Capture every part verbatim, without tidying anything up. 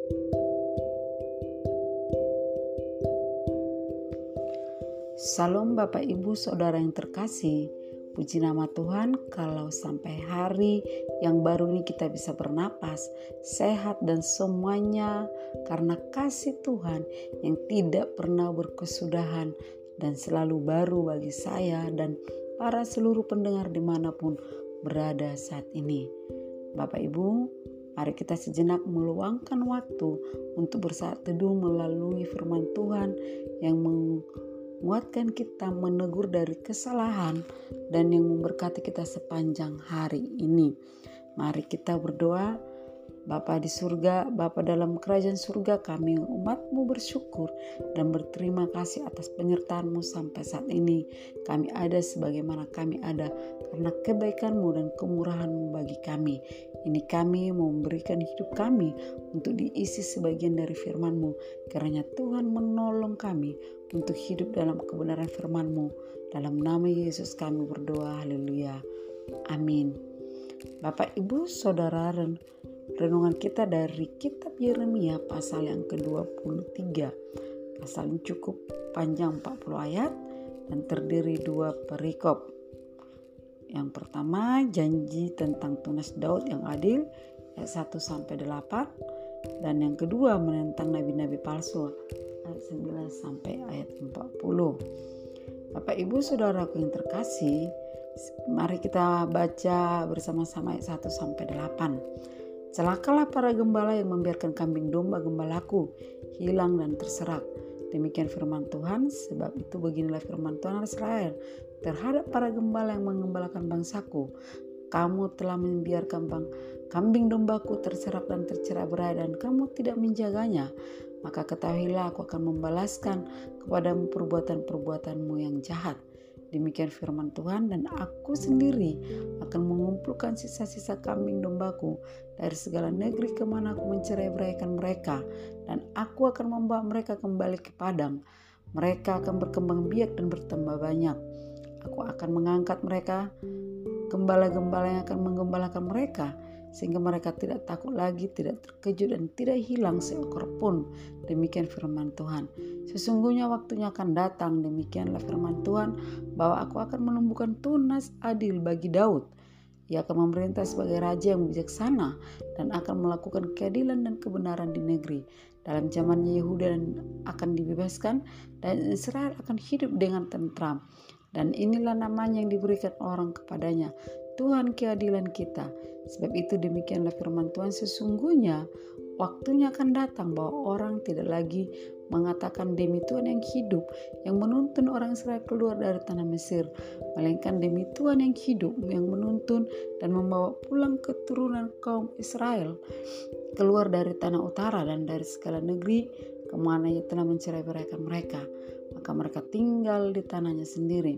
Salam Bapak Ibu Saudara yang terkasih, puji nama Tuhan kalau sampai hari yang baru ini kita bisa bernapas, sehat dan semuanya karena kasih Tuhan yang tidak pernah berkesudahan dan selalu baru bagi saya dan para seluruh pendengar dimanapun berada saat ini. Bapak Ibu, mari kita sejenak meluangkan waktu untuk bersaat teduh melalui firman Tuhan yang menguatkan kita, menegur dari kesalahan dan yang memberkati kita sepanjang hari ini. Mari kita berdoa. Bapa di surga, Bapa dalam kerajaan surga, kami umat-Mu bersyukur dan berterima kasih atas penyertaan-Mu sampai saat ini. Kami ada sebagaimana kami ada karena kebaikan-Mu dan kemurahan-Mu bagi kami. Ini kami mau memberikan hidup kami untuk diisi sebagian dari firman-Mu. Kiranya Tuhan menolong kami untuk hidup dalam kebenaran firman-Mu. Dalam nama Yesus kami berdoa, haleluya, amin. Bapak, Ibu, Saudara, renungan kita dari kitab Yeremia pasal yang kedua puluh tiga. Pasal ini cukup panjang, empat puluh ayat dan terdiri dua perikop. Yang pertama, janji tentang tunas Daud yang adil, ayat satu sampai delapan, dan yang kedua menentang nabi-nabi palsu, ayat sembilan sampai ayat empat puluh. Bapak, Ibu, Saudaraku yang terkasih, mari kita baca bersama-sama ayat satu sampai delapan. Celakalah para gembala yang membiarkan kambing domba gembalaku hilang dan terserak. Demikian firman Tuhan, sebab itu beginilah firman Tuhan Israel terhadap para gembala yang menggembalakan bangsaku. Kamu telah membiarkan bang, kambing dombaku terserak dan tercerai-berai dan kamu tidak menjaganya. Maka ketahuilah aku akan membalaskan kepadamu perbuatan-perbuatanmu yang jahat. Demikian firman Tuhan, dan aku sendiri akan mengumpulkan sisa-sisa kambing dombaku dari segala negeri kemana aku mencerai-beraikan mereka, dan aku akan membawa mereka kembali ke padang. Mereka akan berkembang biak dan bertambah banyak. Aku akan mengangkat mereka, gembala-gembala yang akan menggembalakan mereka, sehingga mereka tidak takut lagi, tidak terkejut dan tidak hilang seekor pun. Demikian firman Tuhan. Sesungguhnya waktunya akan datang, demikianlah firman Tuhan, bahwa aku akan menumbuhkan tunas adil bagi Daud. Ia akan memerintah sebagai raja yang bijaksana dan akan melakukan keadilan dan kebenaran di negeri. Dalam zamannya Yehuda akan dibebaskan dan Israel akan hidup dengan tentram. Dan inilah namanya yang diberikan orang kepadanya, Tuhan keadilan kita. Sebab itu demikianlah firman Tuhan, sesungguhnya waktunya akan datang bahwa orang tidak lagi mengatakan demi Tuhan yang hidup yang menuntun orang Israel keluar dari tanah Mesir, melainkan demi Tuhan yang hidup yang menuntun dan membawa pulang keturunan kaum Israel keluar dari tanah utara dan dari segala negeri kemana ia telah mencerai-beraikan mereka, maka mereka tinggal di tanahnya sendiri.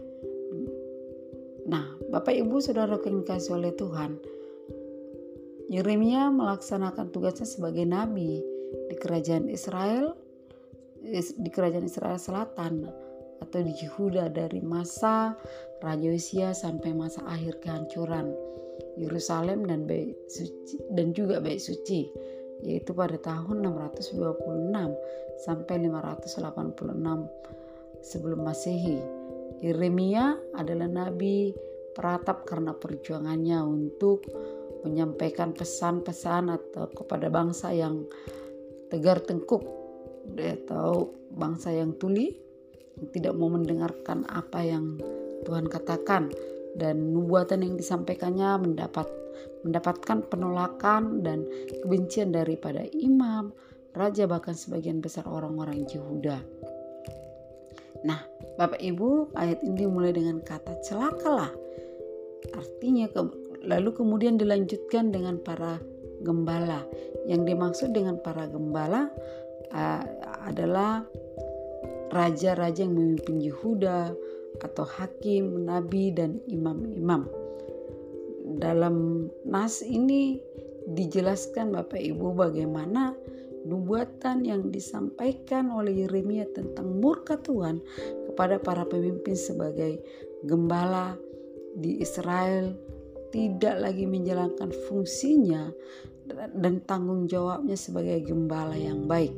Nah, Bapak, Ibu, Saudara yang dikasihi oleh Tuhan, Yeremia melaksanakan tugasnya sebagai nabi di kerajaan Israel, di kerajaan Israel Selatan atau di Yehuda dari masa Raja Yosia sampai masa akhir kehancuran Yerusalem dan Bait Suci dan juga Bait Suci, yaitu pada tahun enam ratus dua puluh enam sampai lima ratus delapan puluh enam sebelum Masehi. Yeremia adalah nabi peratap karena perjuangannya untuk menyampaikan pesan-pesan atau kepada bangsa yang tegar tengkuk atau bangsa yang tuli, yang tidak mau mendengarkan apa yang Tuhan katakan, dan nubuatan yang disampaikannya mendapat mendapatkan penolakan dan kebencian daripada imam, raja, bahkan sebagian besar orang-orang Yehuda. Nah, Bapak Ibu, ayat ini dimulai dengan kata celakalah. Artinya ke- lalu kemudian dilanjutkan dengan para gembala. Yang dimaksud dengan para gembala uh, adalah raja-raja yang memimpin Yehuda atau hakim, nabi dan imam-imam. Dalam nas ini dijelaskan Bapak Ibu bagaimana nubuatan yang disampaikan oleh Yeremia tentang murka Tuhan kepada para pemimpin sebagai gembala di Israel tidak lagi menjalankan fungsinya dan tanggung jawabnya sebagai gembala yang baik.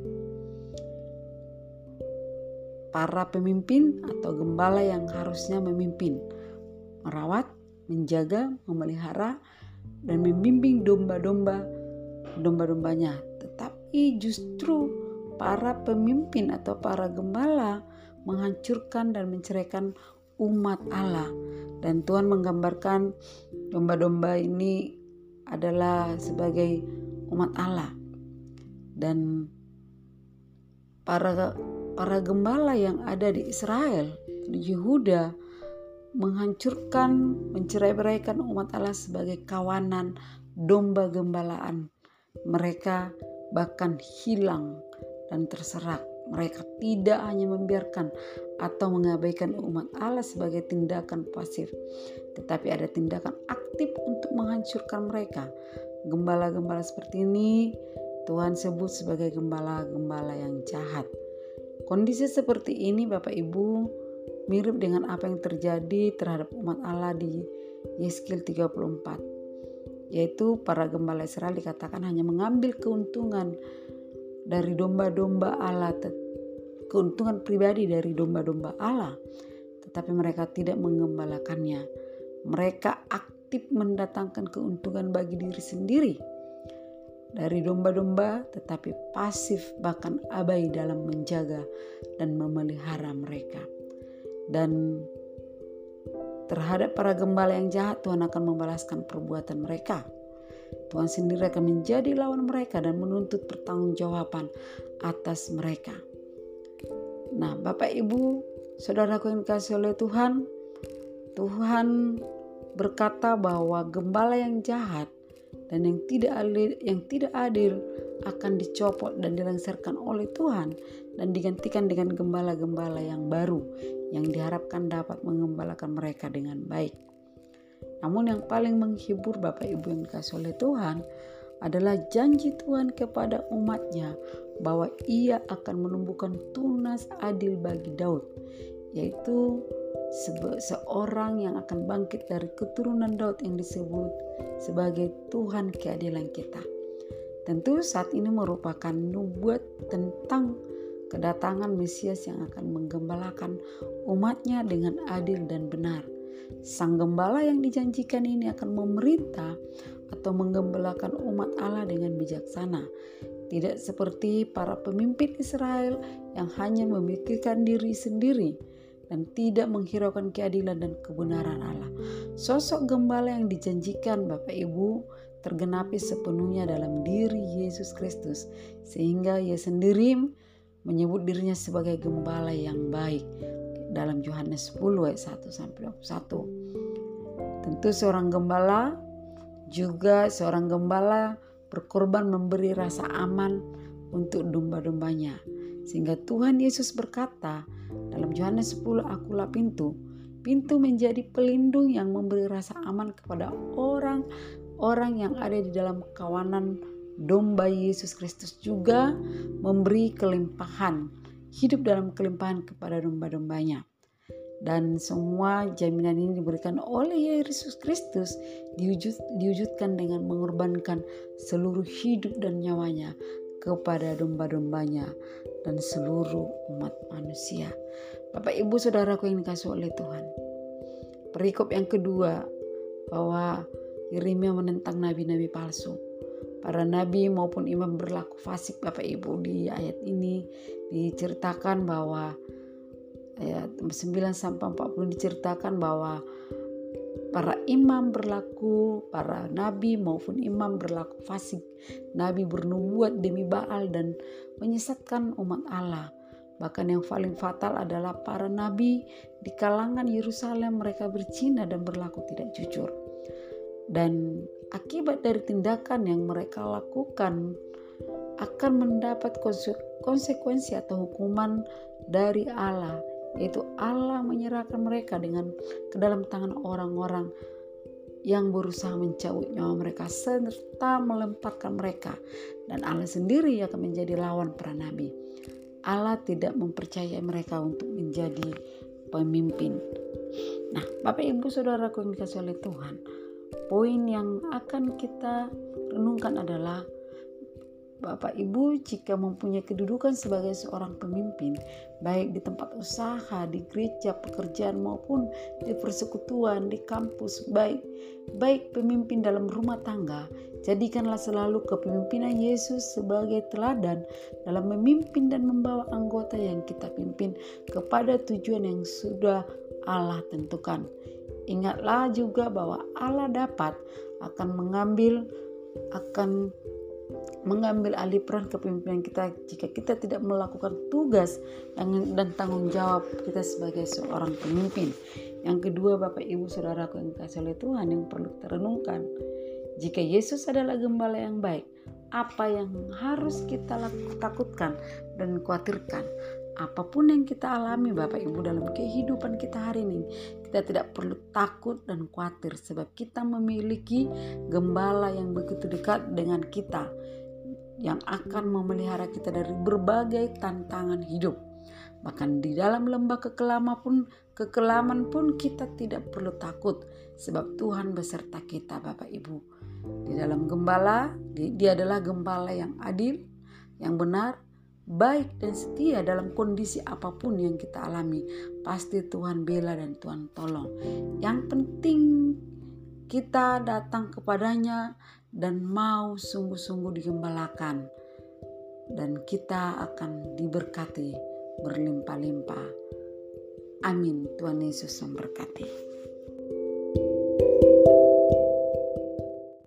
Para pemimpin atau gembala yang harusnya memimpin, merawat, menjaga, memelihara, dan membimbing domba-domba domba-dombanya. Tetapi justru para pemimpin atau para gembala menghancurkan dan menceraikan umat Allah. Dan Tuhan menggambarkan domba-domba ini adalah sebagai umat Allah. Dan para para gembala yang ada di Israel, di Yehuda, menghancurkan, mencerai-beraikan umat Allah sebagai kawanan domba gembalaan. Mereka bahkan hilang dan terserak. Mereka tidak hanya membiarkan atau mengabaikan umat Allah sebagai tindakan pasif, tetapi ada tindakan aktif untuk menghancurkan mereka. Gembala-gembala seperti ini Tuhan sebut sebagai gembala-gembala yang jahat. Kondisi seperti ini Bapak Ibu mirip dengan apa yang terjadi terhadap umat Allah di Yeskil tiga puluh empat. Yaitu para gembala Israel dikatakan hanya mengambil keuntungan dari domba-domba Allah, keuntungan pribadi dari domba-domba Allah, tetapi mereka tidak mengembalakannya. Mereka aktif mendatangkan keuntungan bagi diri sendiri dari domba-domba, tetapi pasif bahkan abai dalam menjaga dan memelihara mereka. Dan terhadap para gembala yang jahat, Tuhan akan membalaskan perbuatan mereka. Tuhan sendiri akan menjadi lawan mereka dan menuntut pertanggungjawaban atas mereka. Nah, Bapak Ibu, saudaraku yang dikasihi oleh Tuhan, Tuhan berkata bahwa gembala yang jahat dan yang tidak adil, yang tidak adil akan dicopot dan dilengsarkan oleh Tuhan dan digantikan dengan gembala-gembala yang baru yang diharapkan dapat mengembalakan mereka dengan baik. Namun yang paling menghibur Bapak Ibu yang dikasihi oleh Tuhan adalah janji Tuhan kepada umatnya bahwa ia akan menumbuhkan tunas adil bagi Daud, yaitu seorang yang akan bangkit dari keturunan Daud yang disebut sebagai Tuhan keadilan kita. Tentu saat ini merupakan nubuat tentang kedatangan Mesias yang akan menggembalakan umatnya dengan adil dan benar. Sang gembala yang dijanjikan ini akan memerintah atau menggembalakan umat Allah dengan bijaksana. Tidak seperti para pemimpin Israel yang hanya memikirkan diri sendiri dan tidak menghiraukan keadilan dan kebenaran Allah. Sosok gembala yang dijanjikan Bapak Ibu tergenapi sepenuhnya dalam diri Yesus Kristus, sehingga Ia sendiri menyebut dirinya sebagai gembala yang baik dalam Yohanes sepuluh ayat satu sampai dua puluh satu. Tentu seorang gembala juga seorang gembala berkorban memberi rasa aman untuk domba-dombanya. Sehingga Tuhan Yesus berkata dalam Yohanes sepuluh, "Akulah pintu." Pintu menjadi pelindung yang memberi rasa aman kepada orang-orang yang ada di dalam kawanan domba Yesus Kristus, juga memberi kelimpahan, hidup dalam kelimpahan kepada domba-dombanya. Dan semua jaminan ini diberikan oleh Yesus Kristus, diwujud, diwujudkan dengan mengorbankan seluruh hidup dan nyawanya kepada domba-dombanya dan seluruh umat manusia. Bapak Ibu Saudaraku yang dikasihi oleh Tuhan, perikop yang kedua bahwa Yeremia menentang nabi-nabi palsu. Para nabi maupun imam berlaku fasik. Bapak Ibu, di ayat ini diceritakan bahwa ayat sembilan sampai empat puluh diceritakan bahwa para imam berlaku, para nabi maupun imam berlaku fasik. Nabi bernubuat demi Baal dan menyesatkan umat Allah. Bahkan yang paling fatal adalah para nabi di kalangan Yerusalem, mereka berzina dan berlaku tidak jujur. Dan akibat dari tindakan yang mereka lakukan akan mendapat konsekuensi atau hukuman dari Allah, yaitu Allah menyerahkan mereka dengan ke dalam tangan orang-orang yang berusaha mencabut nyawa mereka serta melemparkan mereka, dan Allah sendiri akan menjadi lawan para nabi. Allah tidak mempercayai mereka untuk menjadi pemimpin. Nah, Bapak Ibu Saudaraku yang dikasihi oleh Tuhan, poin yang akan kita renungkan adalah Bapak Ibu jika mempunyai kedudukan sebagai seorang pemimpin, baik di tempat usaha, di gereja, pekerjaan maupun di persekutuan, di kampus, baik baik pemimpin dalam rumah tangga, jadikanlah selalu kepemimpinan Yesus sebagai teladan dalam memimpin dan membawa anggota yang kita pimpin kepada tujuan yang sudah Allah tentukan. Ingatlah juga bahwa Allah dapat akan mengambil akan mengambil alih peran kepemimpinan kita jika kita tidak melakukan tugas dan tanggung jawab kita sebagai seorang pemimpin. Yang kedua, Bapak Ibu Saudaraku yang dikasihi oleh Tuhan, yang perlu kita renungkan, jika Yesus adalah gembala yang baik, apa yang harus kita takutkan dan khawatirkan? Apapun yang kita alami Bapak Ibu dalam kehidupan kita hari ini, kita tidak perlu takut dan khawatir sebab kita memiliki gembala yang begitu dekat dengan kita, yang akan memelihara kita dari berbagai tantangan hidup. Bahkan di dalam lembah kekelaman pun, kekelaman pun kita tidak perlu takut sebab Tuhan beserta kita Bapak Ibu. Di dalam gembala, dia adalah gembala yang adil, yang benar, baik dan setia dalam kondisi apapun yang kita alami. Pasti Tuhan bela dan Tuhan tolong. Yang penting kita datang kepadanya dan mau sungguh-sungguh digembalakan, dan kita akan diberkati berlimpah-limpah. Amin. Tuhan Yesus memberkati.